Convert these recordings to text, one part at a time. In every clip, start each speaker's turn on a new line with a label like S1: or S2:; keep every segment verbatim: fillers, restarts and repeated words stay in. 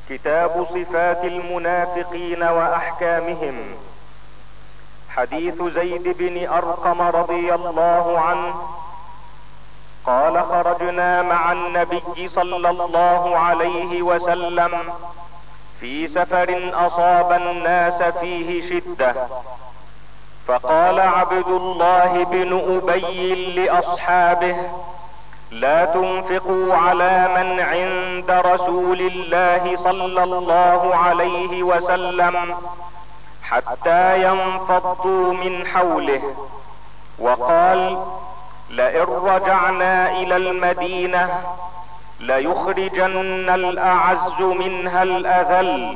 S1: كتاب صفات المنافقين واحكامهم. حديث زيد بن ارقم رضي الله عنه قال: خرجنا مع النبي صلى الله عليه وسلم في سفر اصاب الناس فيه شدة، فقال عبد الله بن ابي لاصحابه: لا تنفقوا على من عند رسول الله صلى الله عليه وسلم حتى ينفضوا من حوله. وقال: لئن رجعنا الى المدينة ليخرجن الاعز منها الاذل.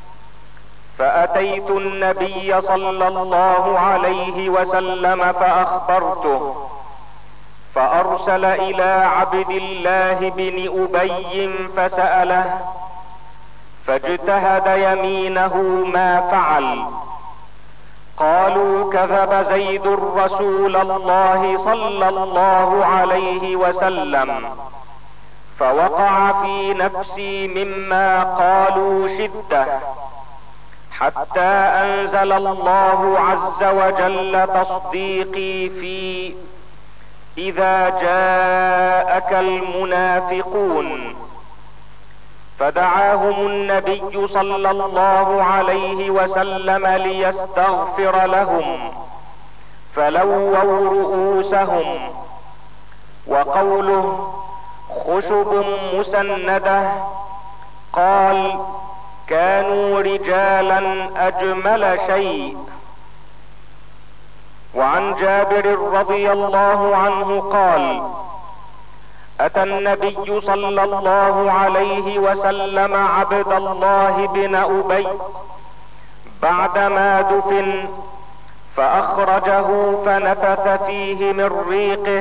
S1: فاتيت النبي صلى الله عليه وسلم فاخبرته، فارسل الى عبد الله بن ابي فسأله، فاجتهد يمينه ما فعل. قالوا: كذب زيد رسول الله صلى الله عليه وسلم. فوقع في نفسي مما قالوا شدة، حتى انزل الله عز وجل تصديقي في: اذا جاءك المنافقون. فدعاهم النبي صلى الله عليه وسلم ليستغفر لهم، فلووا رؤوسهم. وقوله خشب مسندة، قال: كانوا رجالا اجمل شيء. وعن جابر رضي الله عنه قال: اتى النبي صلى الله عليه وسلم عبد الله بن ابي بعدما دفن، فاخرجه فنفث فيه من ريقه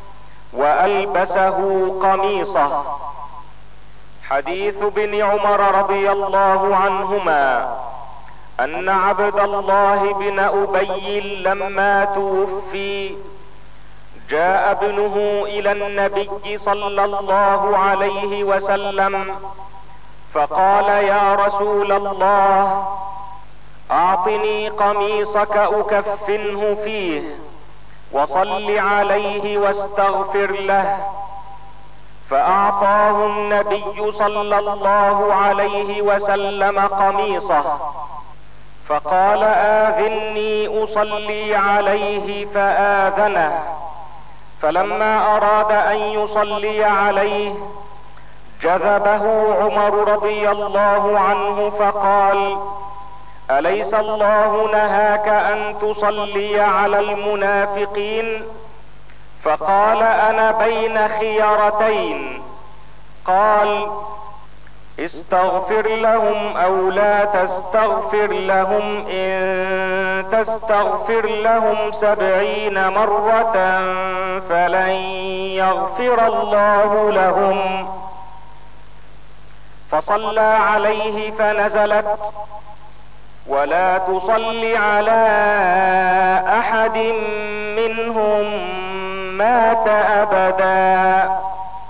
S1: والبسه قميصه. حديث ابن عمر رضي الله عنهما ان عبد الله بن ابي لما توفي جاء ابنه الى النبي صلى الله عليه وسلم فقال: يا رسول الله، اعطني قميصك اكفنه فيه وصل عليه واستغفر له. فاعطاه النبي صلى الله عليه وسلم قميصه، فقال: آذني اصلي عليه، فآذنه. فلما اراد ان يصلي عليه جذبه عمر رضي الله عنه فقال: اليس الله نهاك ان تصلي على المنافقين؟ فقال: انا بين خيارتين. قال: استغفر لهم او لا تستغفر لهم، ان تستغفر لهم سبعين مرة فلن يغفر الله لهم. فصلى عليه فنزلت: ولا تصل على احد منهم مات ابدا.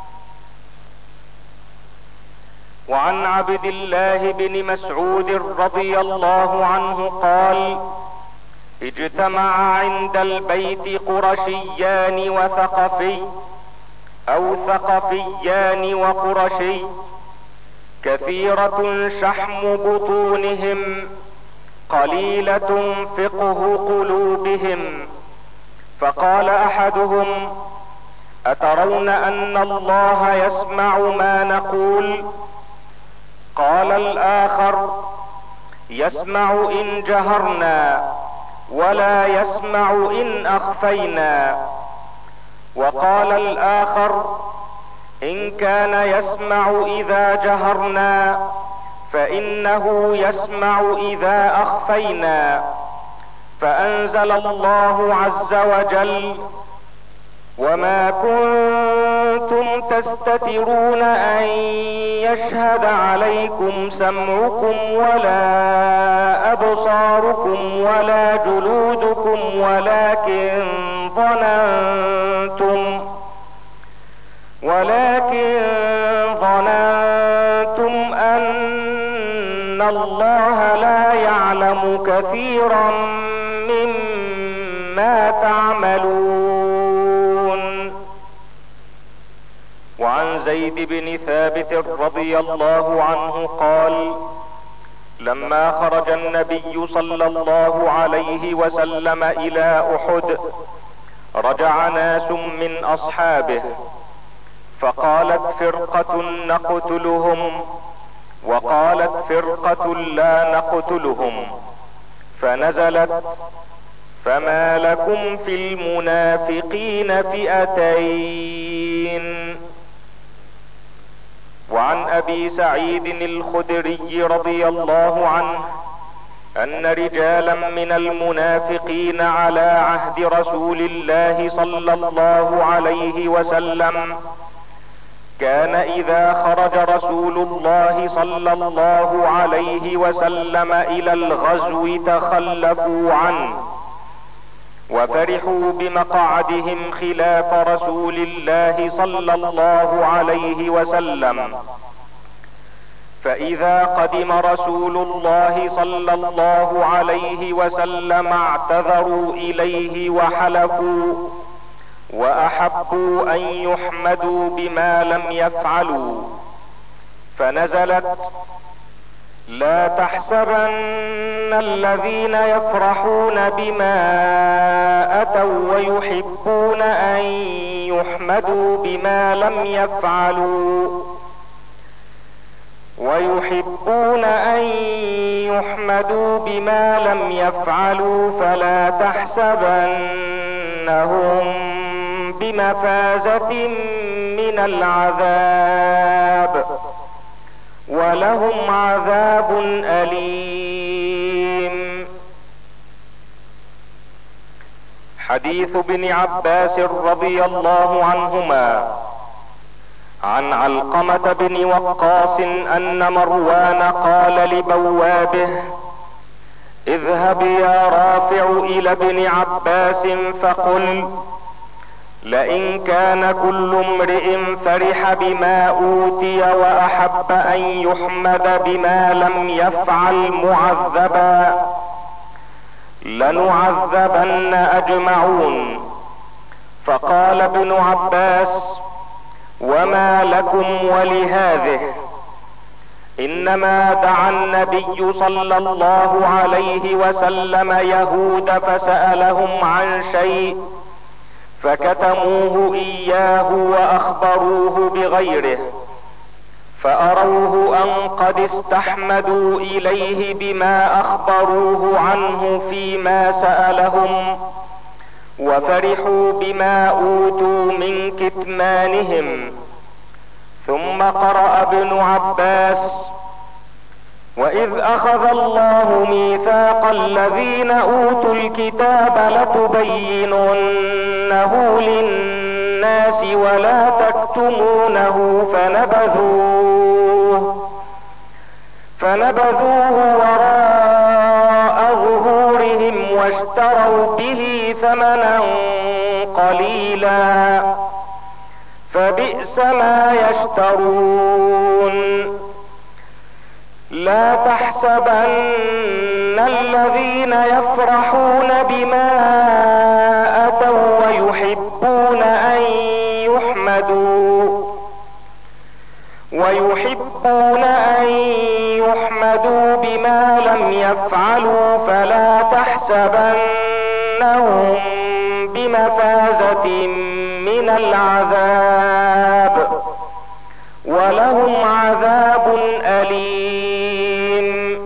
S1: وعن عبد الله بن مسعود رضي الله عنه قال: اجتمع عند البيت قرشيان وثقفي او ثقفيان وقرشي، كثيرة شحم بطونهم قليلة فقه قلوبهم. فقال احدهم: اترون ان الله يسمع ما نقول؟ قال الاخر: يسمع ان جهرنا ولا يسمع ان اخفينا. وقال الاخر: ان كان يسمع اذا جهرنا فانه يسمع اذا اخفينا. فانزل الله عز وجل: وما كنتم تستترون ان يشهد عليكم سمعكم ولا ابصاركم ولا جلودكم ولكن ظننتم ولكن ظننتم ان ان الله لا يعلم كثيرا مما تعملون. وعن زيد بن ثابت رضي الله عنه قال: لما خرج النبي صلى الله عليه وسلم الى احد رجع ناس من اصحابه، فقالت فرقة نقتلهم وقالت فرقة لا نقتلهم، فنزلت: فما لكم في المنافقين فئتين. وعن ابي سعيد الخدري رضي الله عنه ان رجالا من المنافقين على عهد رسول الله صلى الله عليه وسلم كان اذا خرج رسول الله صلى الله عليه وسلم الى الغزو تخلفوا عنه وفرحوا بمقعدهم خلاف رسول الله صلى الله عليه وسلم، فاذا قدم رسول الله صلى الله عليه وسلم اعتذروا اليه وحلفوا واحبوا ان يحمدوا بما لم يفعلوا، فنزلت: لا تحسبن الذين يفرحون بما اتوا ويحبون ان يحمدوا بما لم يفعلوا ويحبون ان يحمدوا بما لم يفعلوا فلا تحسبنهم بمفازة من العذاب ولهم عذاب أليم. حديث ابن عباس رضي الله عنهما عن علقمة بن وقاص ان مروان قال لبوابه: اذهب يا رافع الى ابن عباس فقل: لئن كان كل امرئ فرح بما اوتي واحب ان يحمد بما لم يفعل معذبا لنعذبن اجمعون. فقال ابن عباس: وما لكم ولهذه؟ انما دعا النبي صلى الله عليه وسلم يهود فسألهم عن شيء فكتموه اياه واخبروه بغيره، فاروه ان قد استحمدوا اليه بما اخبروه عنه فيما سألهم، وفرحوا بما اوتوا من كتمانهم. ثم قرأ ابن عباس: واذ اخذ الله ميثاق الذين اوتوا الكتاب لتبيننه للناس ولا تكتمونه فنبذوه فنبذوه وراء ظهورهم واشتروا به ثمنا قليلا فبئس ما يشترون. لا تحسبن الذين يفرحون بما اتوا ويحبون ان يحمدوا ويحبون ان يحمدوا بما لم يفعلوا فلا تحسبنهم بمفازة من العذاب ولهم عذاب أليم.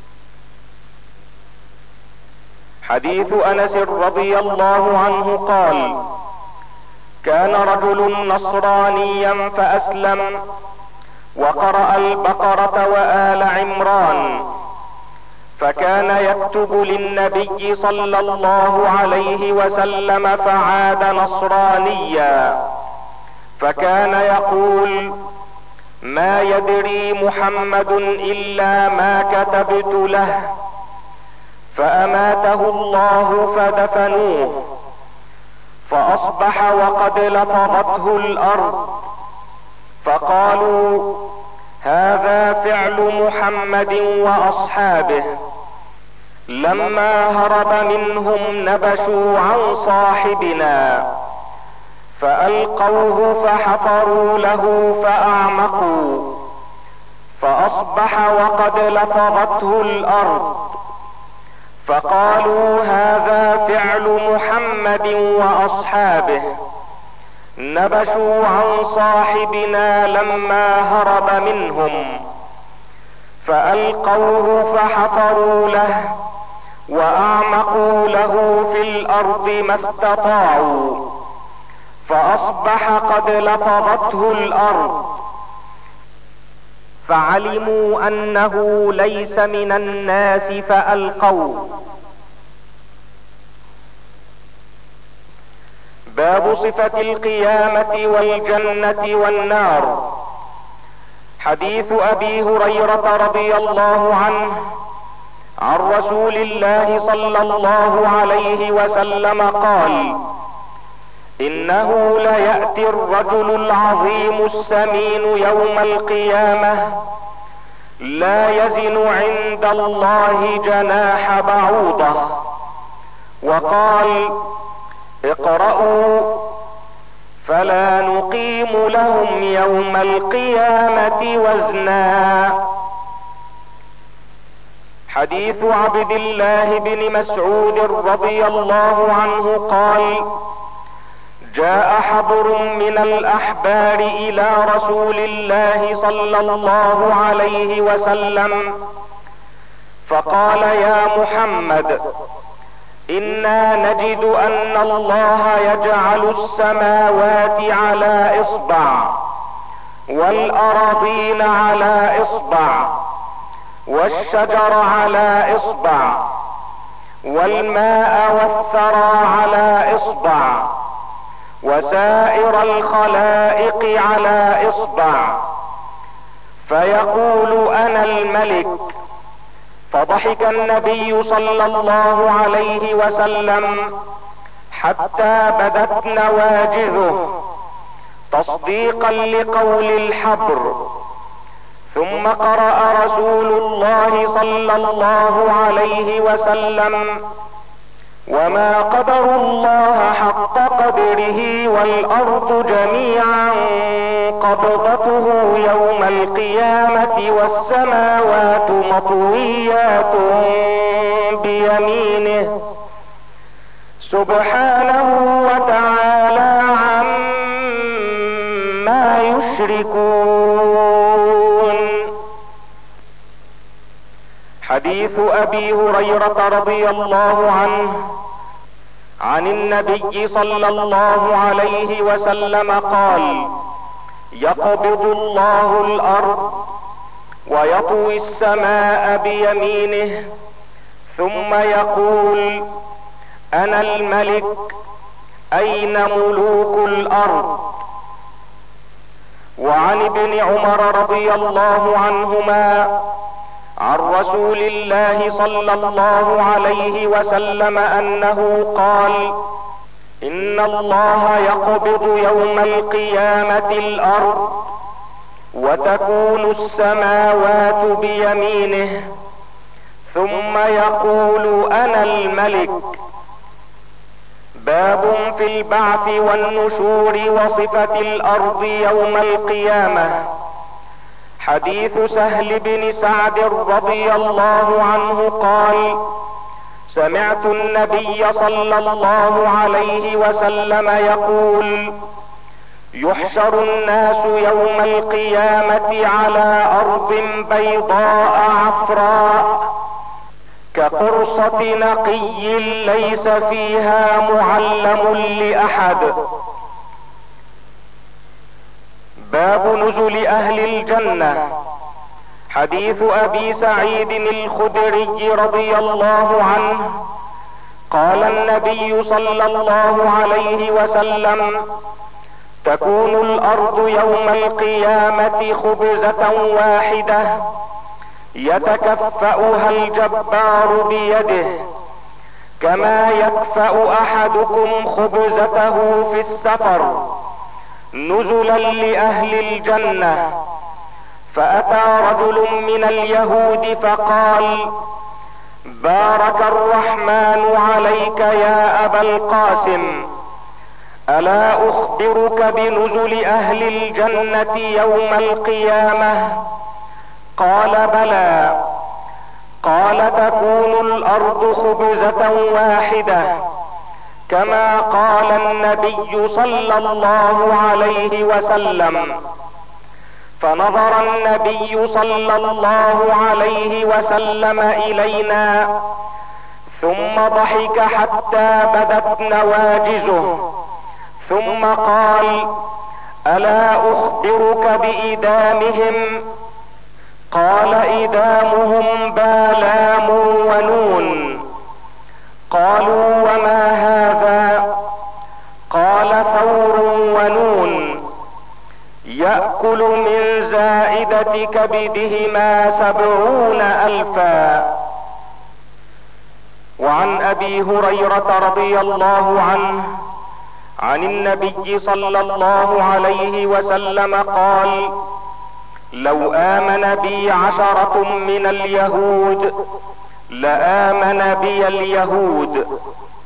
S1: حديث أنس رضي الله عنه قال: كان رجل نصرانيا فأسلم وقرأ البقرة وآل عمران، فكان يكتب للنبي صلى الله عليه وسلم فعاد نصرانيا، فكان يقول: ما يدري محمد الا ما كتبت له، فاماته الله فدفنوه، فاصبح وقد لفظته الارض، فقالوا: هذا فعل فعل محمد واصحابه. لما هرب منهم نبشوا عن صاحبنا فألقوه فحفروا له فأعمقوا، فأصبح وقد لفظته الأرض، فقالوا هذا فعل محمد وأصحابه، نبشوا عن صاحبنا لما هرب منهم، فألقوه فحفروا له وأعمقوا له في الأرض ما استطاعوا، فأصبح قد لفظته الأرض، فعلموا أنه ليس من الناس فألقوه. باب صفة القيامة والجنة والنار. حديث أبي هريرة رضي الله عنه عن رسول الله صلى الله عليه وسلم قال: إنه ليأتي الرجل العظيم السمين يوم القيامة لا يزن عند الله جناح بعوضة. وقال: اقرأوا فلا نقيم لهم يوم القيامة وزنا. حديث عبد الله بن مسعود رضي الله عنه قال: جاء حبر من الأحبار إلى رسول الله صلى الله عليه وسلم فقال: يا محمد، إنا نجد أن الله يجعل السماوات على إصبع والأراضين على إصبع والشجر على إصبع والماء والثرى على إصبع وسائر الخلائق على إصبع، فيقول أنا الملك. فضحك النبي صلى الله عليه وسلم حتى بدت نواجذه تصديقا لقول الحبر. ثم قرأ رسول الله صلى الله عليه وسلم: وما قدروا الله حق قدره والأرض جميعا قبضته يوم القيامة والسماوات مطويات بيمينه سبحانه وتعالى عما يشركون. حديث أبي هريرة رضي الله عنه عن النبي صلى الله عليه وسلم قال: يقبض الله الأرض ويطوي السماء بيمينه ثم يقول: أنا الملك، أين ملوك الأرض؟ وعن ابن عمر رضي الله عنهما عن رسول الله صلى الله عليه وسلم أنه قال: إن الله يقبض يوم القيامة الأرض وتكون السماوات بيمينه ثم يقول: أنا الملك. باب في البعث والنشور وصفة الأرض يوم القيامة. حديث سهل بن سعد رضي الله عنه قال: سمعت النبي صلى الله عليه وسلم يقول: يحشر الناس يوم القيامة على أرض بيضاء عفراء كقرصة نقي ليس فيها معلم لأحد. باب نزل أهل الجنة. حديث أبي سعيد الخدري رضي الله عنه قال النبي صلى الله عليه وسلم: تكون الأرض يوم القيامة خبزة واحدة يتكفأها الجبار بيده كما يكفأ أحدكم خبزته في السفر، نزلا لأهل الجنة. فاتى رجل من اليهود فقال: بارك الرحمن عليك يا ابا القاسم، الا اخبرك بنزل اهل الجنة يوم القيامة؟ قال: بلى. قال: تكون الارض خبزة واحدة كما قال النبي صلى الله عليه وسلم. فنظر النبي صلى الله عليه وسلم الينا ثم ضحك حتى بدت نواجزه، ثم قال: الا اخبرك بإدامهم؟ قال: إدامهم بالام ونون. قالوا: وما هذا؟ قال: ثور ونون، يأكل من زائدة كبدهما سبعون ألفا. وعن ابي هريرة رضي الله عنه عن النبي صلى الله عليه وسلم قال: لو آمن بي عشرة من اليهود لآمن بي اليهود.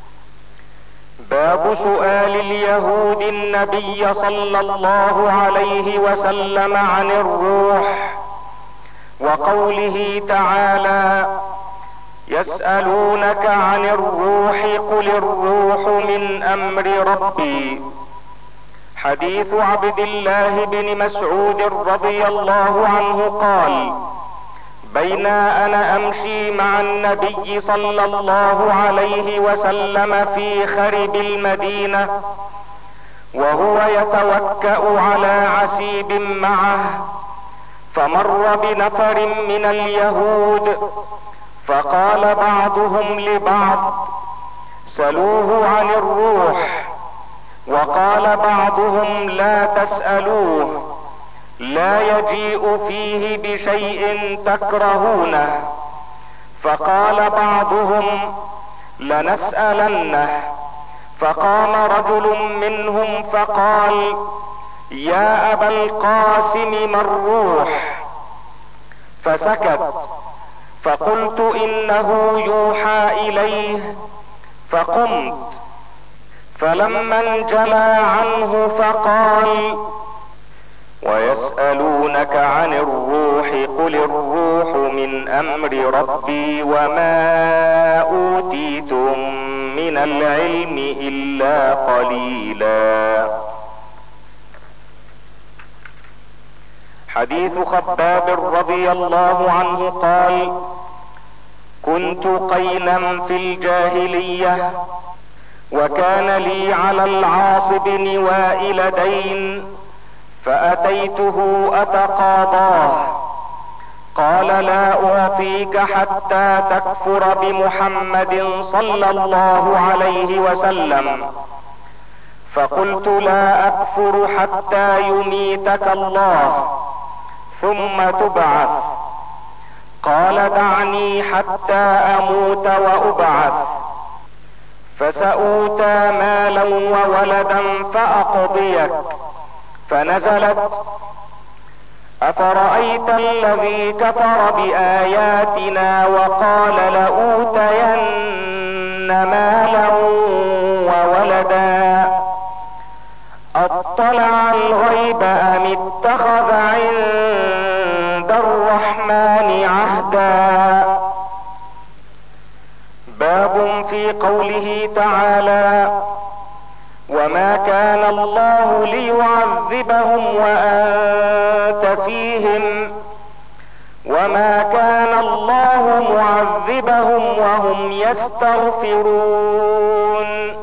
S1: باب سؤال اليهود النبي صلى الله عليه وسلم عن الروح، وقوله تعالى: يسألونك عن الروح قل الروح من امر ربي. حديث عبد الله بن مسعود رضي الله عنه قال: بينا انا امشي مع النبي صلى الله عليه وسلم في خرب المدينة وهو يتوكأ على عسيب معه، فمر بنفر من اليهود فقال بعضهم لبعض: سلوه عن الروح. وقال بعضهم: لا تسألوه، لا يجيء فيه بشيء تكرهونه. فقال بعضهم: لنسألنه. فقام رجل منهم فقال: يا ابا القاسم ما الروح؟ فسكت، فقلت: انه يوحى اليه. فقمت، فلما انجلى عنه فقال: ويسألونك عن الروح قل الروح من امر ربي وما اوتيتم من العلم الا قليلا. حديث خباب رضي الله عنه قال: كنت قينا في الجاهلية، وكان لي على العاص بن وائل دين، فأتيته أتقاضاه. قال: لا أعطيك حتى تكفر بمحمد صلى الله عليه وسلم. فقلت: لا أكفر حتى يميتك الله ثم تبعث. قال: دعني حتى أموت وأبعث. فسأوتى مالا وولدا فأقضيك. فنزلت: أفرأيت الذي كفر بآياتنا وقال لأوتين مالا وولدا أطلع الغيب أم اتخذ عند الرحمن عهدا. باب في قوله تعالى: وما كان الله ليعذبهم وأنت فيهم وما كان الله معذبهم وهم يستغفرون.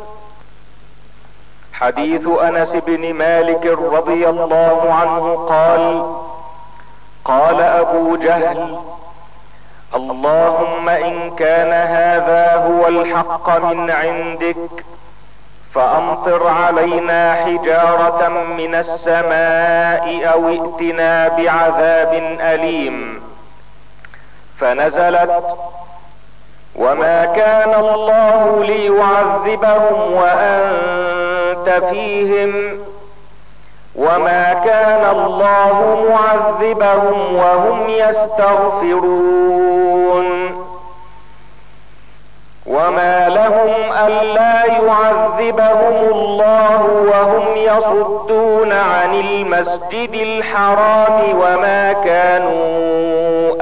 S1: حديث انس بن مالك رضي الله عنه قال: قال ابو جهل: اللهم ان كان هذا هو الحق من عندك فامطر علينا حجارة من السماء او ائتنا بعذاب اليم. فنزلت: وما كان الله ليعذبهم وانت فيهم وما كان الله معذبهم وهم يستغفرون وما لهم ألا يعذبهم الله وهم يصدون عن المسجد الحرام وما كانوا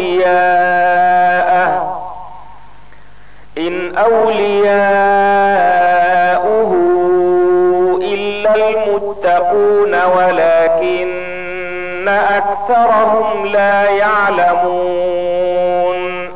S1: أولياءه إن أولياؤه إلا المتقون ولكن أكثرهم لا يعلمون.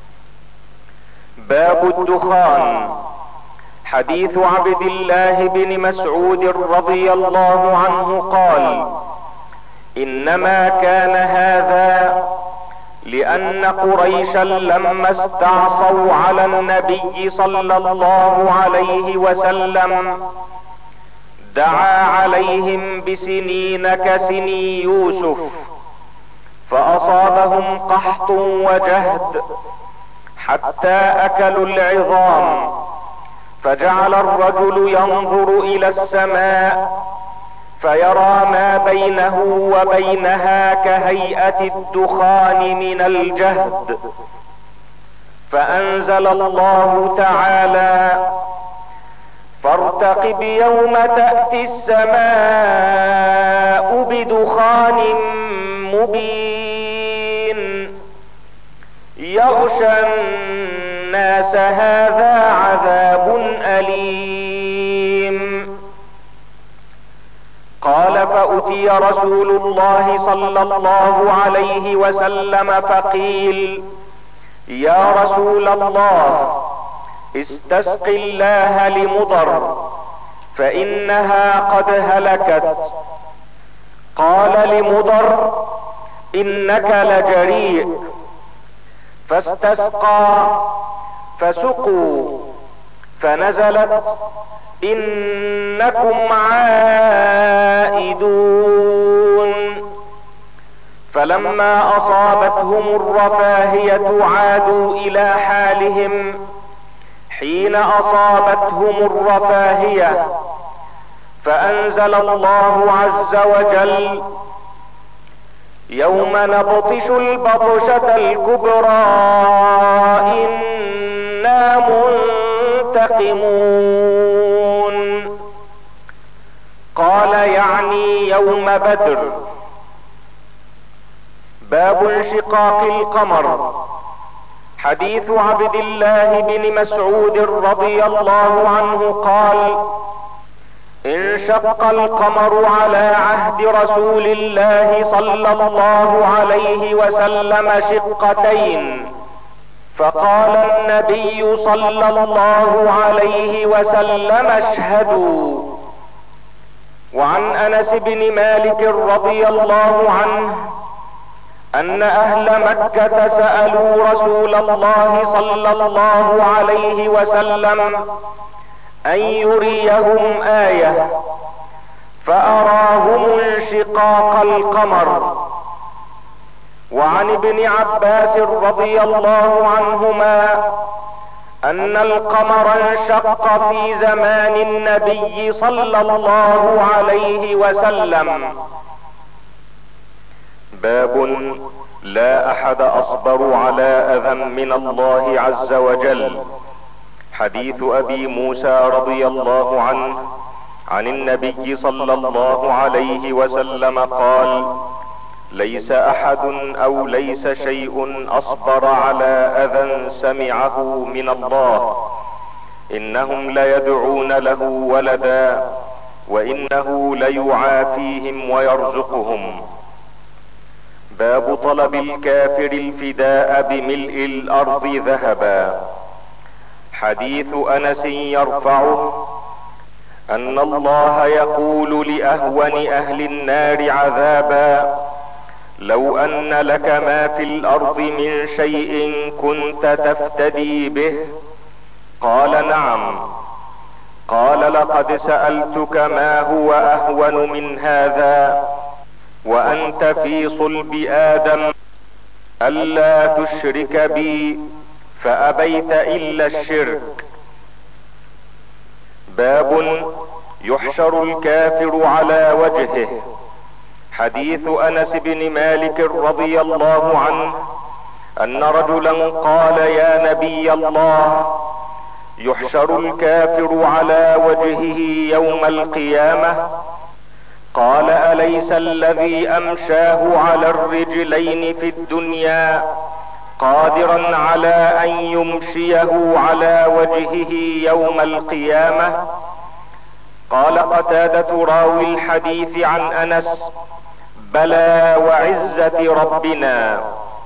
S1: باب الدخان. حديث عبد الله بن مسعود رضي الله عنه قال: انما كان هذا لان قريشا لما استعصوا على النبي صلى الله عليه وسلم دعا عليهم بسنين كسني يوسف فاصابهم قحط وجهد حتى اكلوا العظام، فجعل الرجل ينظر الى السماء فيرى ما بينه وبينها كهيئة الدخان من الجهد، فانزل الله تعالى: فارتقب يوم تأتي السماء بدخان مبين يغشى الناس هذا عذاب أليم. قال: فأتي رسول الله صلى الله عليه وسلم فقيل: يا رسول الله استسق الله لمضر فإنها قد هلكت. قال لمضر: إنك لجريء. فاستسقى فسقوا فنزلت: إنكم عائدون. فلما أصابتهم الرفاهية عادوا إلى حالهم حين أصابتهم الرفاهية، فأنزل الله عز وجل: يوم نبطش البطشة الكبرى إنا منتقمون. قال: يعني يوم بدر. باب انشقاق القمر. حديث عبد الله بن مسعود رضي الله عنه قال: انشق القمر على عهد رسول الله صلى الله عليه وسلم شقتين، فقال النبي صلى الله عليه وسلم: اشهدوا. وعن انس بن مالك رضي الله عنه ان اهل مكة سألوا رسول الله صلى الله عليه وسلم ان يريهم آية، فاراهم انشقاق القمر. وعن ابن عباس رضي الله عنهما ان القمر انشق في زمان النبي صلى الله عليه وسلم. باب لا احد اصبر على اذى من الله عز وجل. حديث ابي موسى رضي الله عنه عن النبي صلى الله عليه وسلم قال: ليس احد او ليس شيء اصبر على اذى سمعه من الله، انهم ليدعون له ولدا وانه ليعافيهم ويرزقهم. باب طلب الكافر الفداء بملء الارض ذهبا. حديث انس يرفعه ان الله يقول لاهون اهل النار عذابا: لو ان لك ما في الارض من شيء كنت تفتدي به؟ قال: نعم. قال: لقد سألتك ما هو اهون من هذا وانت في صلب ادم الا تشرك بي، فابيت الا الشرك. باب يحشر الكافر على وجهه. حديث انس بن مالك رضي الله عنه ان رجلا قال: يا نبي الله، يحشر الكافر على وجهه يوم القيامة؟ قال: أليس الذي أمشاه على الرجلين في الدنيا قادرا على أن يمشيه على وجهه يوم القيامة؟ قال قتادة راوي الحديث عن أنس: بلى وعزة ربنا.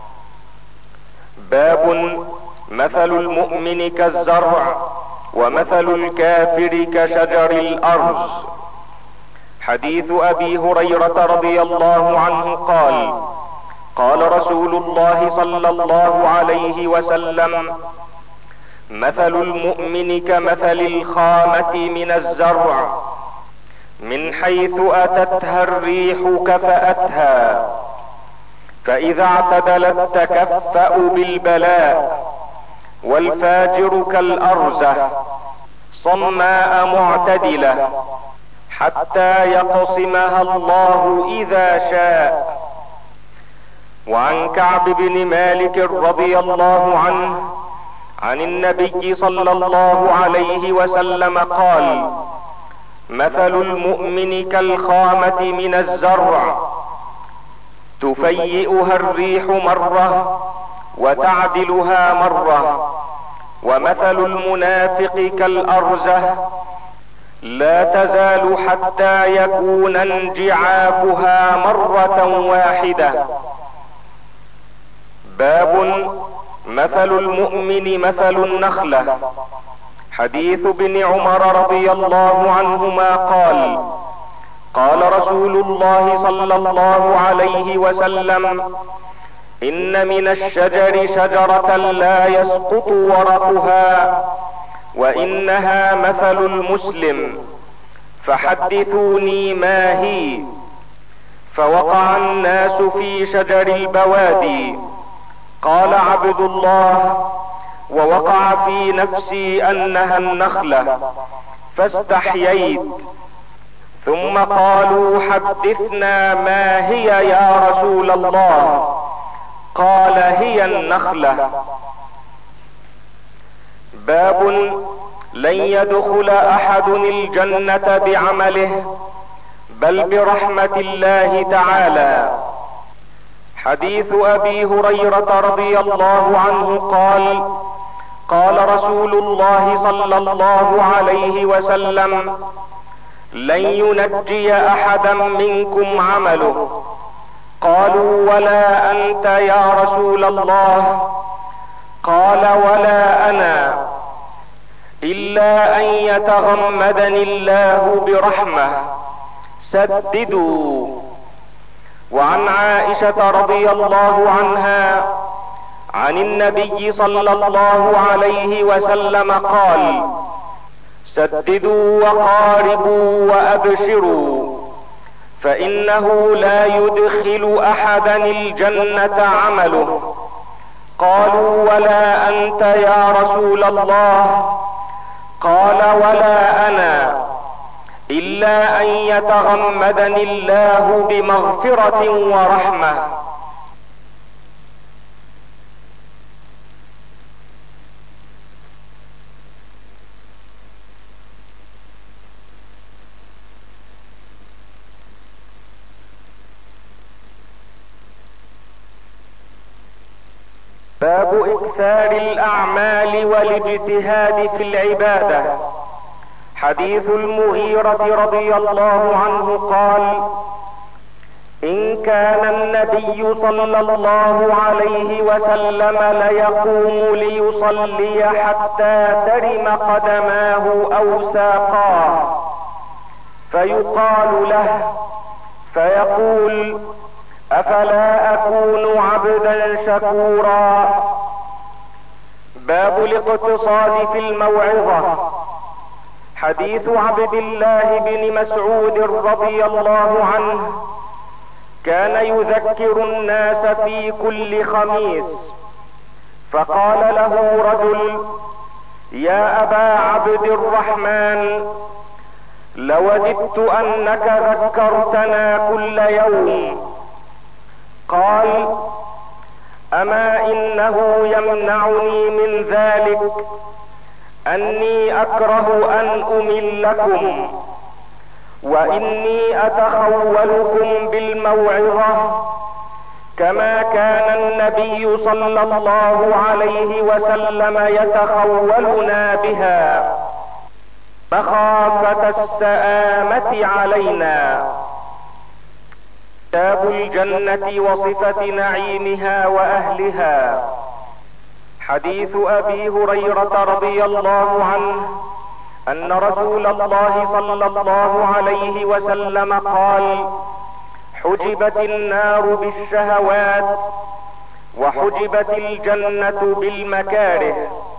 S1: باب مثل المؤمن كالزرع ومثل الكافر كشجر الأرز. حديث أبي هريرة رضي الله عنه قال: قال رسول الله صلى الله عليه وسلم: مثل المؤمن كمثل الخامة من الزرع، من حيث أتتها الريح كفأتها، فإذا اعتدلت تكفأ بالبلاء. والفاجر كالأرزة، صماء معتدلة، حتى يقسمها الله إذا شاء. وعن كعب بن مالك رضي الله عنه عن النبي صلى الله عليه وسلم قال: مثل المؤمن كالخامة من الزرع، تفيئها الريح مرة وتعدلها مرة. ومثل المنافق كالأرزة، لا تزال حتى يكون انجعافها مرة واحدة. باب مثل المؤمن مثل النخلة. حديث ابن عمر رضي الله عنهما قال: قال رسول الله صلى الله عليه وسلم: إن من الشجر شجرة لا يسقط ورقها، وإنها مثل المسلم، فحدثوني ما هي. فوقع الناس في شجر البوادي. قال عبد الله: ووقع في نفسي أنها النخلة، فاستحييت. ثم قالوا: حدثنا ما هي يا رسول الله؟ قال: هي النخلة. باب لن يدخل أحد الجنة بعمله، بل برحمة الله تعالى. حديث أبي هريرة رضي الله عنه قال: قال رسول الله صلى الله عليه وسلم: لن ينجي أحدا منكم عمله. قالوا: ولا أنت يا رسول الله؟ قال: ولا أنا، إلا أن يتغمدني الله برحمة. سددوا. وعن عائشة رضي الله عنها عن النبي صلى الله عليه وسلم قال: سددوا وقاربوا وأبشروا، فإنه لا يدخل أحدا الجنة عمله. قالوا: ولا أنت يا رسول الله؟ قال: ولا أنا، إلا أن يتغمدني الله بمغفرة ورحمة. باب إكثار الأعمال والاجتهاد في العبادة. حديث المغيرة رضي الله عنه قال: إن كان النبي صلى الله عليه وسلم ليقوم ليصلي حتى ترم قدماه أو ساقاه، فيقال له فيقول: أفلا أكون عبدا شكورا. باب الاقتصاد في الموعظة. حديث عبد الله بن مسعود رضي الله عنه: كان يذكر الناس في كل خميس، فقال له رجل: يا أبا عبد الرحمن، لوددت انك ذكرتنا كل يوم. قال: اما انه يمنعني من ذلك اني اكره ان املكم، واني اتخولكم بالموعظة كما كان النبي صلى الله عليه وسلم يتخولنا بها مخافة السآمة علينا. كتاب الجنة وصفة نعيمها واهلها. حديث ابي هريرة رضي الله عنه ان رسول الله صلى الله عليه وسلم قال: حجبت النار بالشهوات وحجبت الجنة بالمكاره.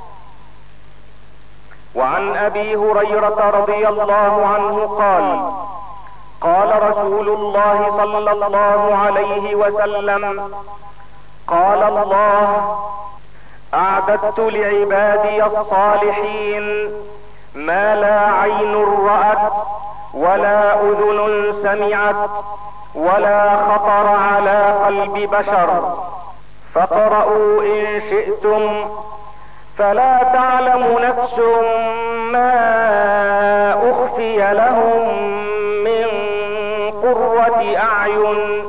S1: وعن ابي هريرة رضي الله عنه قال: قال رسول الله صلى الله عليه وسلم: قال الله: اعددت لعبادي الصالحين ما لا عين رأت ولا اذن سمعت ولا خطر على قلب بشر، فاقرؤوا ان شئتم، فلا تعلم نفس ما اخفي لهم من قرة اعين.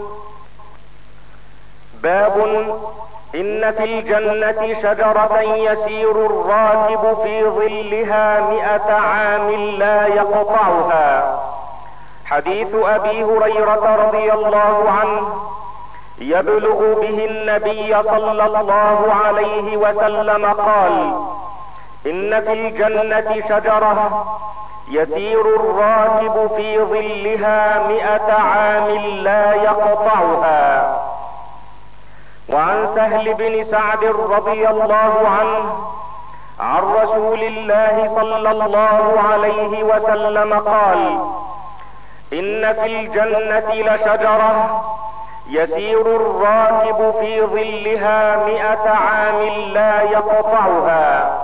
S1: باب: ان في الجنة شجرة يسير الراكب في ظلها مئة عام لا يقطعها. حديث ابي هريرة رضي الله عنه يبلغ به النبي صلى الله عليه وسلم قال: ان في الجنة شجرة يسير الراكب في ظلها مئة عام لا يقطعها. وعن سهل بن سعد رضي الله عنه عن رسول الله صلى الله عليه وسلم قال: ان في الجنة لشجرة يسير الراكب في ظلها مئة عام لا يقطعها.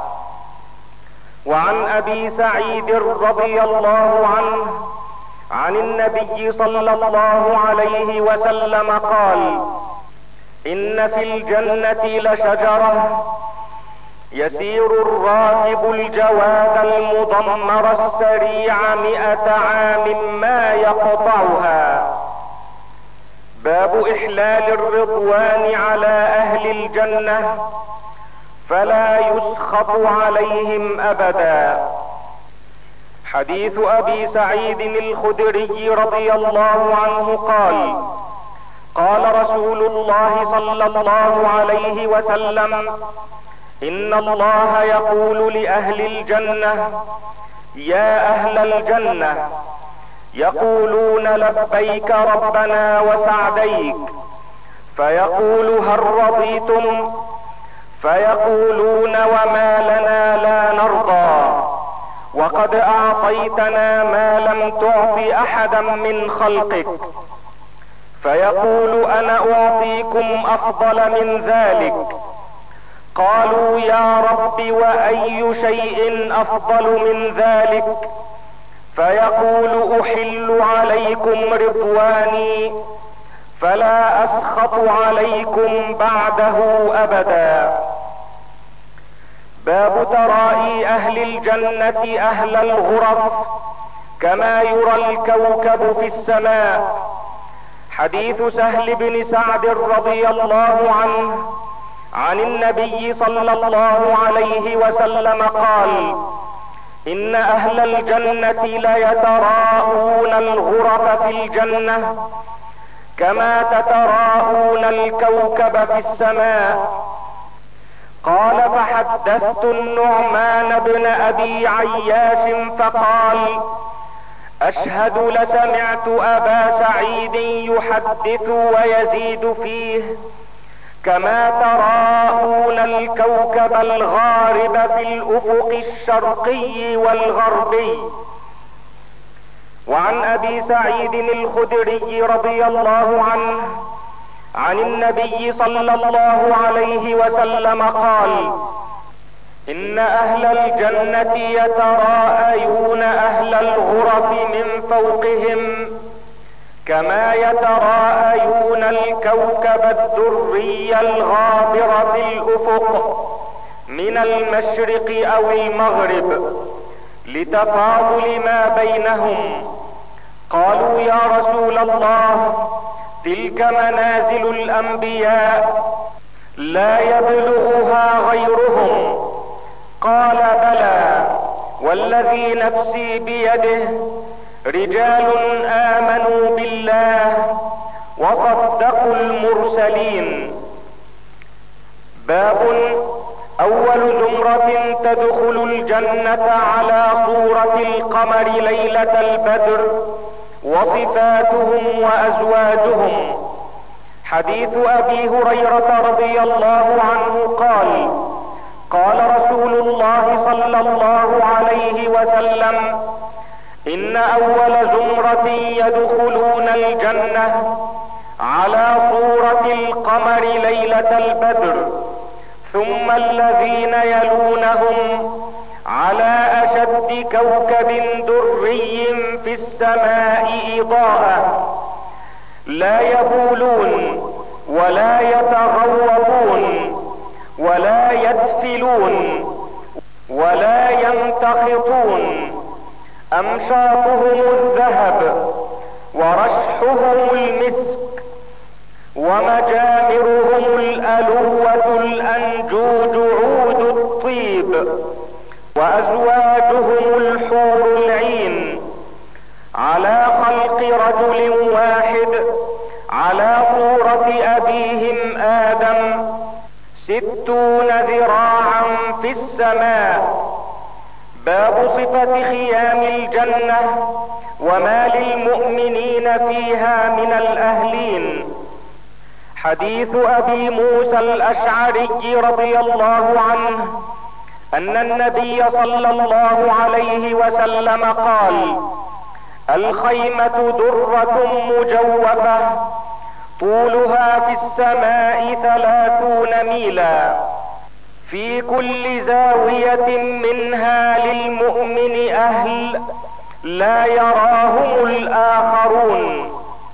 S1: وعن ابي سعيد رضي الله عنه عن النبي صلى الله عليه وسلم قال: ان في الجنة لشجرة يسير الراكب الجواد المضمر السريع مئة عام ما يقطعها. باب احلال الرضوان على اهل الجنة فلا يسخط عليهم ابدا. حديث ابي سعيد الخدري رضي الله عنه قال: قال رسول الله صلى الله عليه وسلم: ان الله يقول لاهل الجنة: يا اهل الجنة، يقولون لبيك ربنا وسعديك، فيقول: هل رضيتم؟ فيقولون: وما لنا لا نرضى، وقد اعطيتنا ما لم تعط احدا من خلقك. فيقول: انا اعطيكم افضل من ذلك. قالوا: يا رب واي شيء افضل من ذلك؟ فيقول: احل عليكم رضواني فلا اسخط عليكم بعده ابدا. باب ترائي اهل الجنة اهل الغرف كما يرى الكوكب في السماء. حديث سهل بن سعد رضي الله عنه عن النبي صلى الله عليه وسلم قال: ان اهل الجنة ليتراءون الغرف في الجنة كما تتراءون الكوكب في السماء. قال: فحدثت النعمان بن ابي عياش فقال: اشهد لسمعت ابا سعيد يحدث ويزيد فيه: كما تراءون الكوكب الغارب في الافق الشرقي والغربي. وعن ابي سعيد الخدري رضي الله عنه عن النبي صلى الله عليه وسلم قال: ان اهل الجنة يتراءون اهل الغرف من فوقهم كما يتراءون الكوكب الدري الغابر في الافق من المشرق او المغرب لتفاضل ما بينهم. قالوا يا رسول الله تلك منازل الانبياء لا يبلغها غيرهم. قال بلى والذي نفسي بيده رجال امنوا بالله وصدقوا المرسلين. باب اول زمرة تدخل الجنة على صورة القمر ليلة البدر وصفاتهم وازواجهم. حديث ابي هريرة رضي الله عنه قال قال رسول الله صلى الله عليه وسلم ان اول زمرة يدخلون الجنة على صورة القمر ليلة البدر ثم الذين يلونهم على اشد كوكب دري في السماء اضاءة لا يبولون ولا يتغوطون ولا يدفلون ولا يمتخطون امشاطهم الذهب ورشحهم المسك ومجامرهم الالوة الانجوج عود الطيب وازواجهم الحور العين على خلق رجل واحد على صورة ابيهم ادم ستون ذراعا في السماء. باب صفة خيام الجنة وما للمؤمنين فيها من الاهلين. حديث ابي موسى الاشعري رضي الله عنه ان النبي صلى الله عليه وسلم قال الخيمة درة مجوفة طولها في السماء ثلاثون ميلا في كل زاوية منها للمؤمن اهل لا يراهم الاخرون.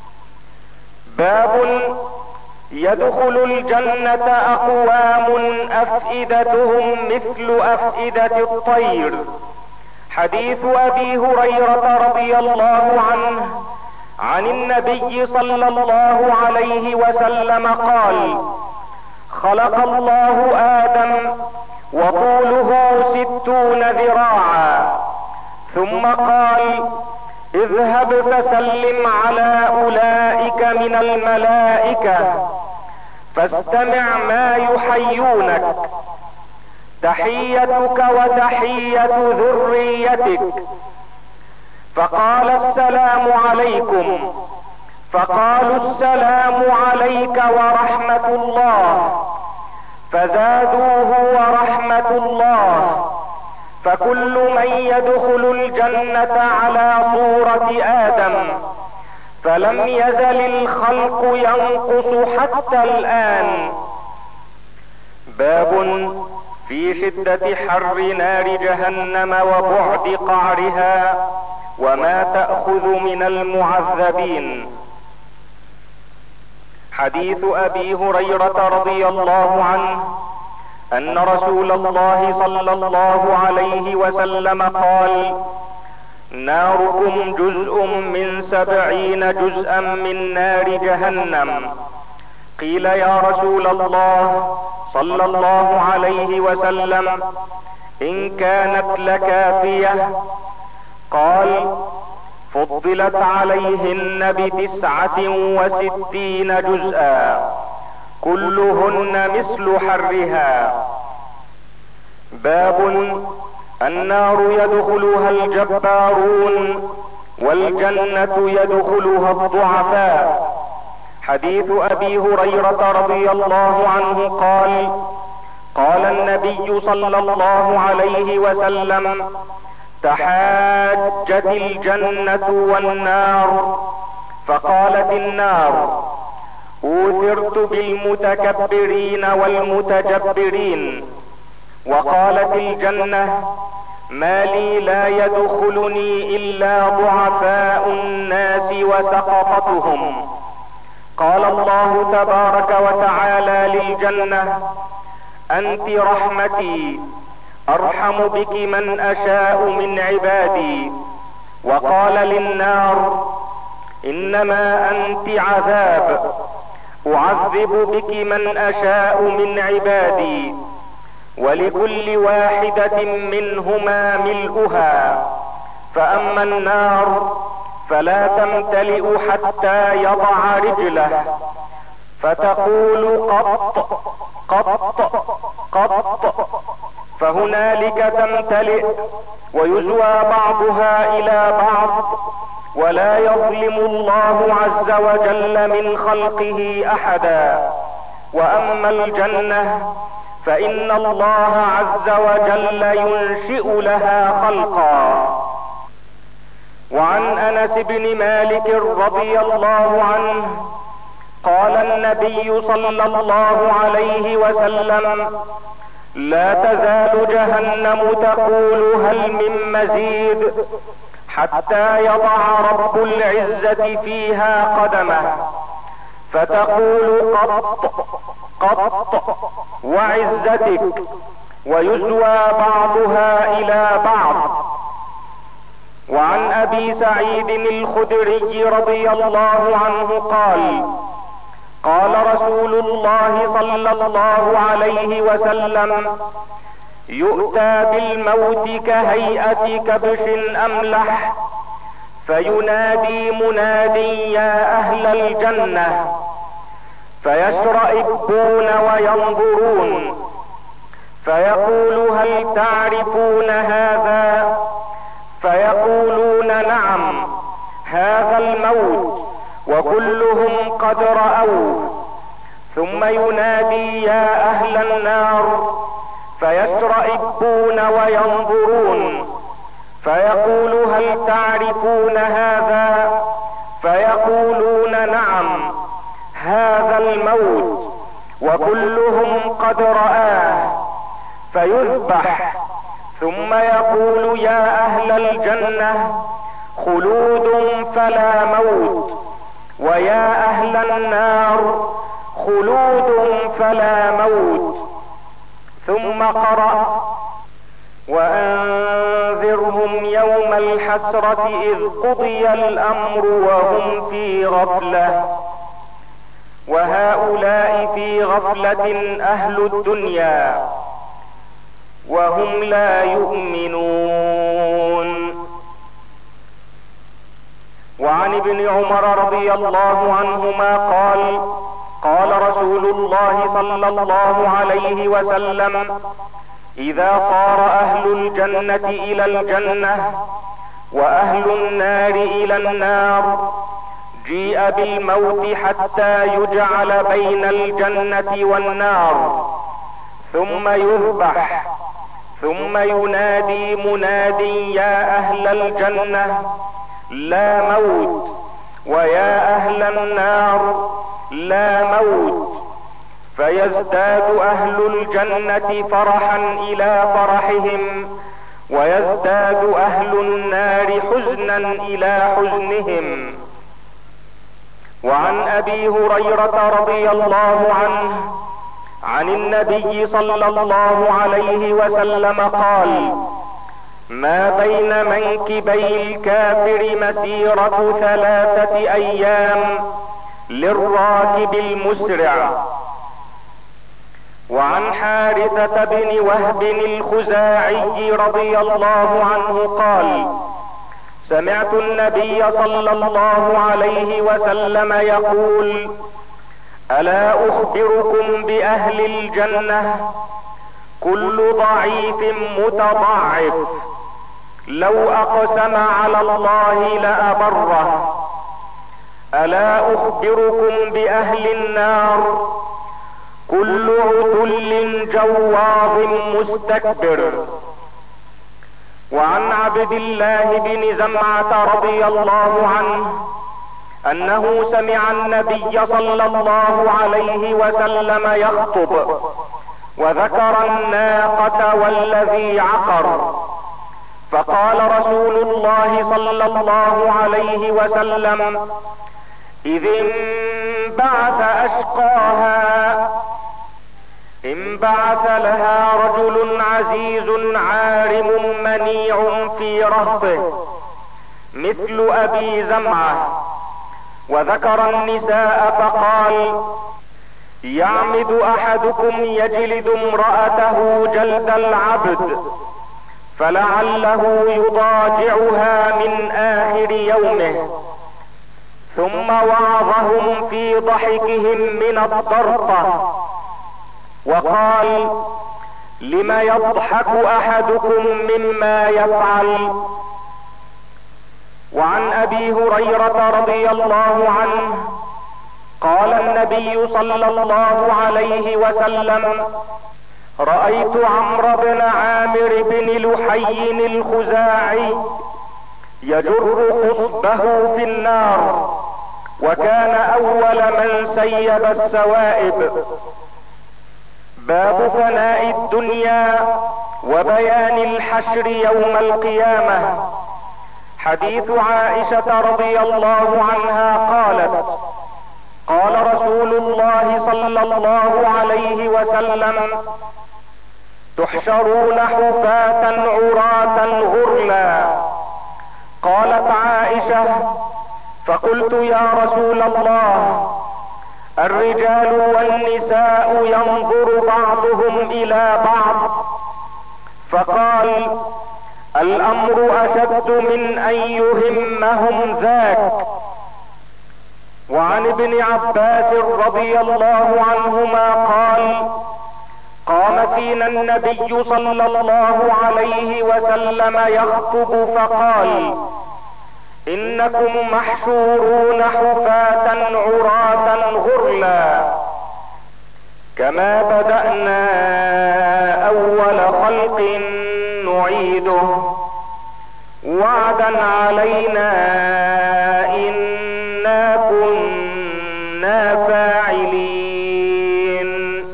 S1: باب يدخل الجنة اقوام افئدتهم مثل افئدة الطير. حديث ابي هريرة رضي الله عنه عن النبي صلى الله عليه وسلم قال خلق الله ادم وطوله ستون ذراعا ثم قال اذهب فسلم على اولئك من الملائكة فاستمع ما يحيونك تحيتك وتحية ذريتك. فقال السلام عليكم فقالوا السلام عليك ورحمة الله فزادوه ورحمة الله. فكل من يدخل الجنة على صورة آدم فلم يزل الخلق ينقص حتى الآن. باب في شدة حر نار جهنم وبعد قعرها وما تأخذ من المعذبين. حديث ابي هريرة رضي الله عنه ان رسول الله صلى الله عليه وسلم قال ناركم جزء من سبعين جزءا من نار جهنم. قيل يا رسول الله صلى الله عليه وسلم ان كانت لكافية؟ قال فضلت عليهن بتسعة وستين جزءا كلهن مثل حرها. باب النار يدخلها الجبارون والجنة يدخلها الضعفاء. حديث ابي هريرة رضي الله عنه قال قال النبي صلى الله عليه وسلم تحاجت الجنة والنار. فقالت النار اوثرت بالمتكبرين والمتجبرين وقالت الجنة: ما لي لا يدخلني الا ضعفاء الناس وسقطتهم. قال الله تبارك وتعالى للجنة: انت رحمتي ارحم بك من اشاء من عبادي. وقال للنار: انما انت عذاب اعذب بك من اشاء من عبادي، ولكل واحدة منهما ملؤها، فاما النار فلا تمتلئ حتى يضع رجله، فتقول قط قط قط، فهنالك تمتلئ ويزوى بعضها الى بعض، ولا يظلم الله عز وجل من خلقه احدا. واما الجنة فان الله عز وجل ينشئ لها خلقا. وعن انس بن مالك رضي الله عنه قال النبي صلى الله عليه وسلم: لا تزال جهنم تقول هل من مزيد، حتى يضع رب العزة فيها قدمه، فتقول قط قط وعزتك، ويزوى بعضها الى بعض. وعن ابي سعيد الخدري رضي الله عنه قال: قال رسول الله صلى الله عليه وسلم: يؤتى بالموت كهيئة كبش املح، فينادي مناد: يا اهل الجنة، فيشرئبون وينظرون، فيقول: هل تعرفون هذا؟ فيقولون: نعم، هذا الموت، وكلهم قد رأوه. ثم ينادي: يا اهل النار، فيشرئبون وينظرون، فيقول: هل تعرفون هذا؟ فيقولون: نعم، هذا الموت، وكلهم قد رآه. فيذبح، ثم يقول: يا اهل الجنة، خلود فلا موت، ويا اهل النار، خلود فلا موت. ثم قرأ: وانذرهم يوم الحسرة اذ قضي الامر وهم في غفلة. وهؤلاء في غفلة اهل الدنيا وهم لا يؤمنون. وعن ابن عمر رضي الله عنهما قال: قال رسول الله صلى الله عليه وسلم: اذا صار اهل الجنة الى الجنة واهل النار الى النار، جيء بالموت حتى يجعل بين الجنة والنار، ثم يذبح، ثم ينادي مناد: يا اهل الجنة، لا موت، ويا اهل النار، لا موت. فيزداد اهل الجنة فرحا الى فرحهم، ويزداد اهل النار حزنا الى حزنهم. وعن ابي هريرة رضي الله عنه عن النبي صلى الله عليه وسلم قال: ما بين منكبي الكافر مسيرة ثلاثة ايام للراكب المسرع. وعن حارثة بن وهب الخزاعي رضي الله عنه قال: سمعت النبي صلى الله عليه وسلم يقول: الا اخبركم باهل الجنة؟ كل ضعيف متضعف لو اقسم على الله لابره. الا اخبركم باهل النار؟ كل عتل جواظ مستكبر. وعن عبد الله بن زمعة رضي الله عنه انه سمع النبي صلى الله عليه وسلم يخطب، وذكر الناقة والذي عقر، فقال رسول الله صلى الله عليه وسلم: إذ انبعث أشقاها، انبعث لها رجل عزيز عارم منيع في رهطه مثل أبي زمعة. وذكر النساء فقال: يعمد أحدكم يجلد امرأته جلد العبد فلعله يضاجعها من آخر يومه. ثم وعظهم في ضحكهم من الضرطة وقال: لم يضحك أحدكم مما يفعل. وعن أبي هريرة رضي الله عنه قال النبي صلى الله عليه وسلم: رأيت عمرو بن عامر بن لحي الخزاعي يجر خصبه في النار، وكان أول من سيب السوائب. باب فناء الدنيا وبيان الحشر يوم القيامة. حديث عائشة رضي الله عنها قالت: قال رسول الله صلى الله عليه وسلم: تحشرون حفاة عراة غرلا. قالت عائشة: فقلت يا رسول الله، الرجال والنساء ينظر بعضهم الى بعض؟ فقال: الامر اشد من ان يهمهم ذاك. وعن ابن عباس رضي الله عنهما قال: قام فينا النبي صلى الله عليه وسلم يخطب فقال: انكم محشورون حفاة عراة غرلا، كما بدأنا اول خلق نعيده، وعدا علينا انا كنا فاعلين.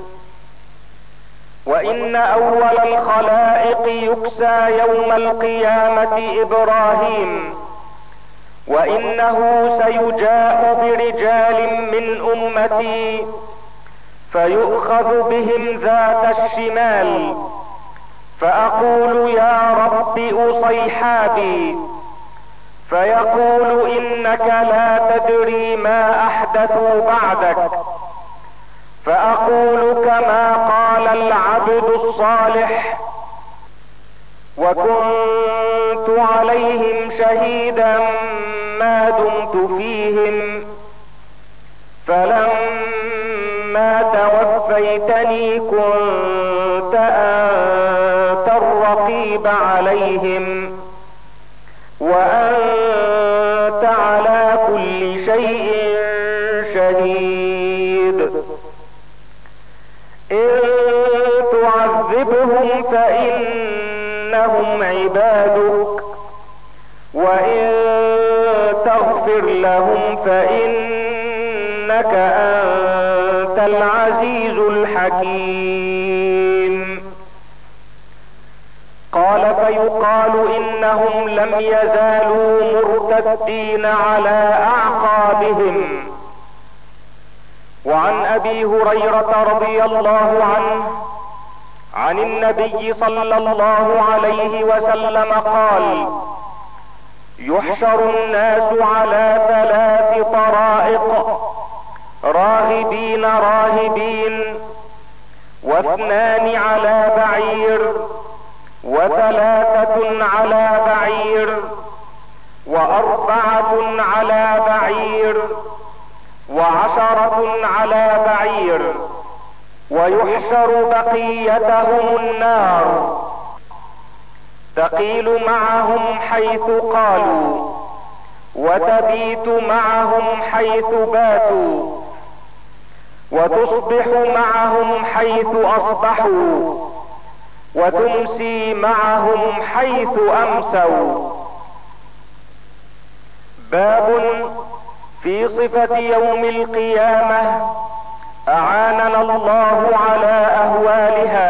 S1: وان اول الخلائق يكسى يوم القيامة ابراهيم، وانه سيجاء برجال من امتي فيؤخذ بهم ذات الشمال، فاقول يا رب اصيحابي، فيقول انك لا تدري ما احدثوا بعدك، فاقول كما قال العبد الصالح، وكنت عليهم شهيدا ما دمت فيهم، فلما توفيتني كنت أنت الرقيب عليهم، وأنت على كل شيء شهيد. إن تعذبهم فإنهم عبادك، وإن تغفر لهم فإنك أنت العزيز الحكيم. قال: فيقال إنهم لم يزالوا مرتدين على أعقابهم. وعن أبي هريرة رضي الله عنه عن النبي صلى الله عليه وسلم قال: يحشر الناس على ثلاث طرائق: راهبين راهبين، واثنان على بعير، وثلاثة على بعير، وأربعة على بعير، وعشرة على بعير، ويحشر بقيتهم النار تقيل معهم حيث قالوا، وتبيت معهم حيث باتوا، وتصبح معهم حيث اصبحوا، وتمسي معهم حيث امسوا. باب في صفة يوم القيامة، اعاننا الله على اهوالها.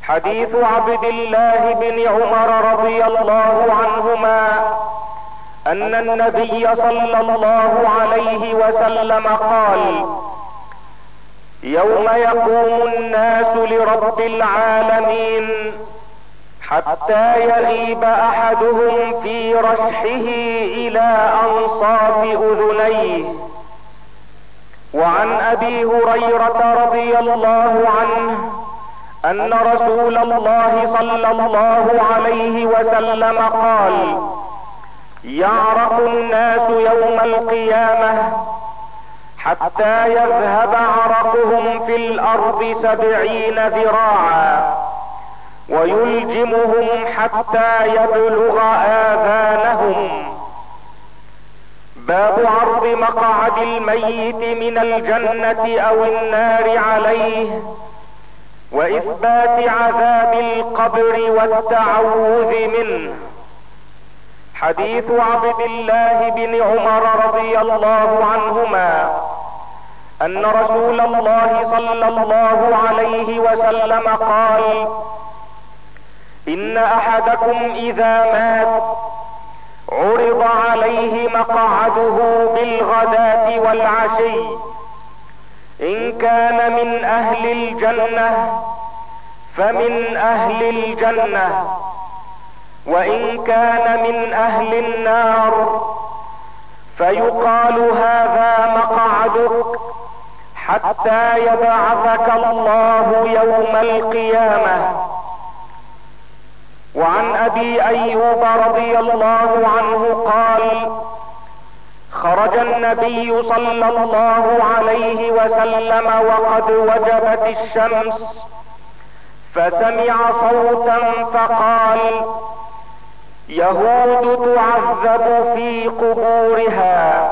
S1: حديث عبد الله بن عمر رضي الله عنهما ان النبي صلى الله عليه وسلم قال: يوم يقوم الناس لرب العالمين حتى يغيب احدهم في رشحه الى انصاف اذنيه. وعن ابي هريرة رضي الله عنه ان رسول الله صلى الله عليه وسلم قال: يعرق الناس يوم القيامة حتى يذهب عرقهم في الارض سبعين ذراعا ويلجمهم حتى يبلغ آذانهم. باب عرض مقعد الميت من الجنة او النار عليه، واثبات عذاب القبر والتعوذ منه. حديث عبد الله بن عمر رضي الله عنهما ان رسول الله صلى الله عليه وسلم قال: ان احدكم اذا مات عرض عليه مقعده بالغداة والعشي، ان كان من اهل الجنة فمن اهل الجنة، وان كان من اهل النار فيقال: هذا مقعدك حتى يبعثك الله يوم القيامة. وعن ابي ايوب رضي الله عنه قال: خرج النبي صلى الله عليه وسلم وقد وجبت الشمس، فسمع صوتا فقال: يهود تعذب في قبورها.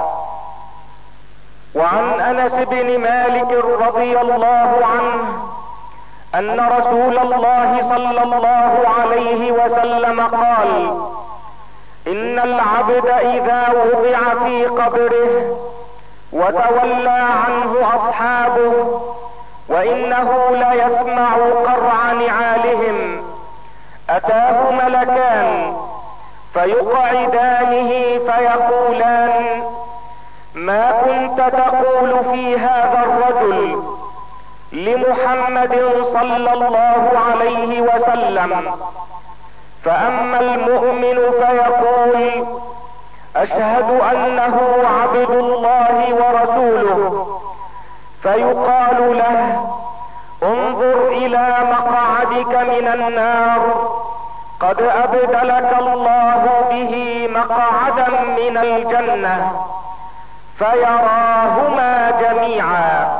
S1: وعن انس بن مالك رضي الله عنه ان رسول الله صلى الله عليه وسلم قال: ان العبد اذا وضع في قبره وتولى عنه اصحابه وانه ليسمع قرع نعالهم اتاه ملكان فيقعدانه فيقولان: ما كنت تقول في هذا الرجل لمحمد صلى الله عليه وسلم؟ فاما المؤمن فيقول: اشهد انه عبد الله ورسوله، فيقال له: انظر الى مقعدك من النار، قد ابدلك الله به مقعدا من الجنة، فيراهما جميعا.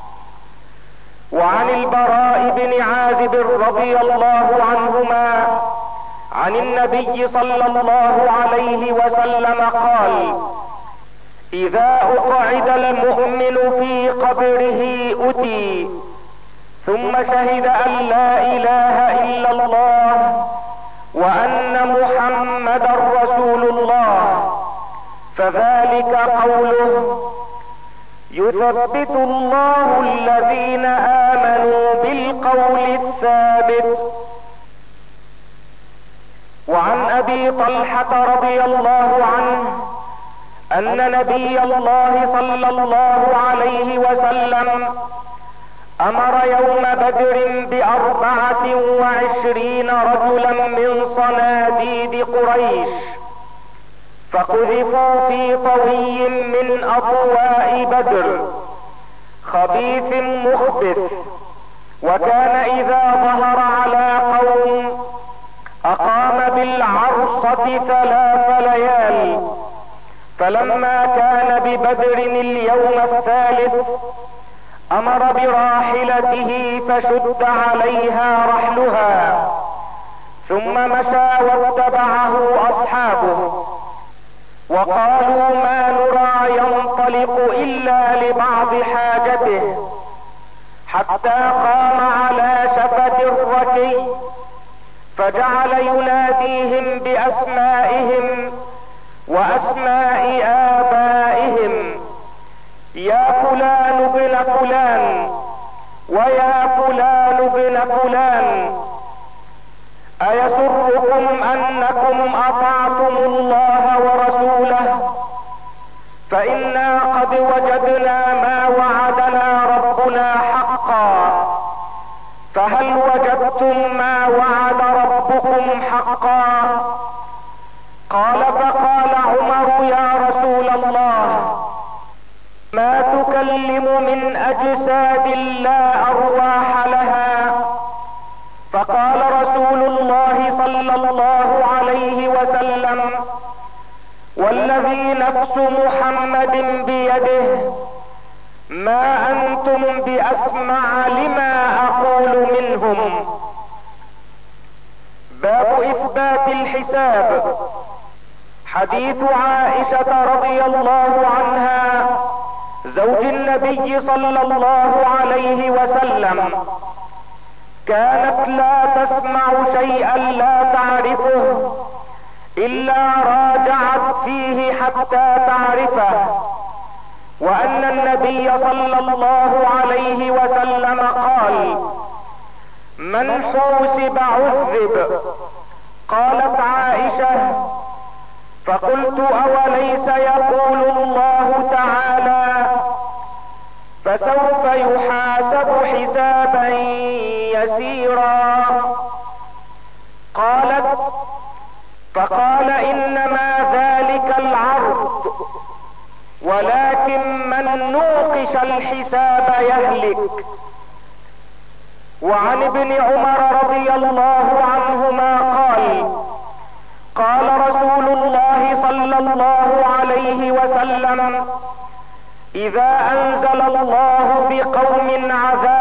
S1: وعن البراء بن عازب رضي الله عنهما عن النبي صلى الله عليه وسلم قال: اذا اقعد المؤمن في قبره اتي ثم شهد ان لا اله الا الله وان محمدا رسول الله، فذلك قوله: يثبت الله الذين آمنوا بالقول الثابت. وعن ابي طلحة رضي الله عنه ان نبي الله صلى الله عليه وسلم امر يوم بدر باربعة وعشرين رجلا من صناديد قريش، فقذفوا في طوي من اطواء بدر خبيث مخبث، وكان اذا ظهر على قوم اقام بالعرصة ثلاث ليال. فلما كان ببدر اليوم الثالث امر براحلته فشد عليها رحلها، ثم مشى واتبعه اصحابه، وقالوا: ما نرى ينطلق الا لبعض حاجته، حتى قام على شفة الركي فجعل يناديهم باسمائهم واسماء ابائهم: يا فلان ابن فلان ويا فلان ابن فلان، ايسركم انكم اطعتم الله ورسوله فانا قد وجدنا ما وعدنا ربنا حقا، فهل وجدتم ما وعد ربكم حقا؟ قال فقال عمر يا رسول الله ما تكلم من اجساد لا ارواح لها؟ فقال رسول الله صلى الله عليه وسلم والذي نفس محمد بيده ما انتم باسمع لما اقول منهم. باب اثبات الحساب. حديث عائشة رضي الله عنها زوج النبي صلى الله عليه وسلم كانت لا تسمع شيئا لا تعرفه الا راجعت فيه حتى تعرفه، وان النبي صلى الله عليه وسلم قال من حوسب عذب. قالت عائشة فقلت اوليس يقول الله تعالى فسوف يحاسب حسابا يسيرا؟ قالت فقال انما ذلك العرض ولكن من نوقش الحساب يهلك. وعن ابن عمر رضي الله عنهما قال قال رسول الله صلى الله عليه وسلم اذا انزل الله بقوم عذابا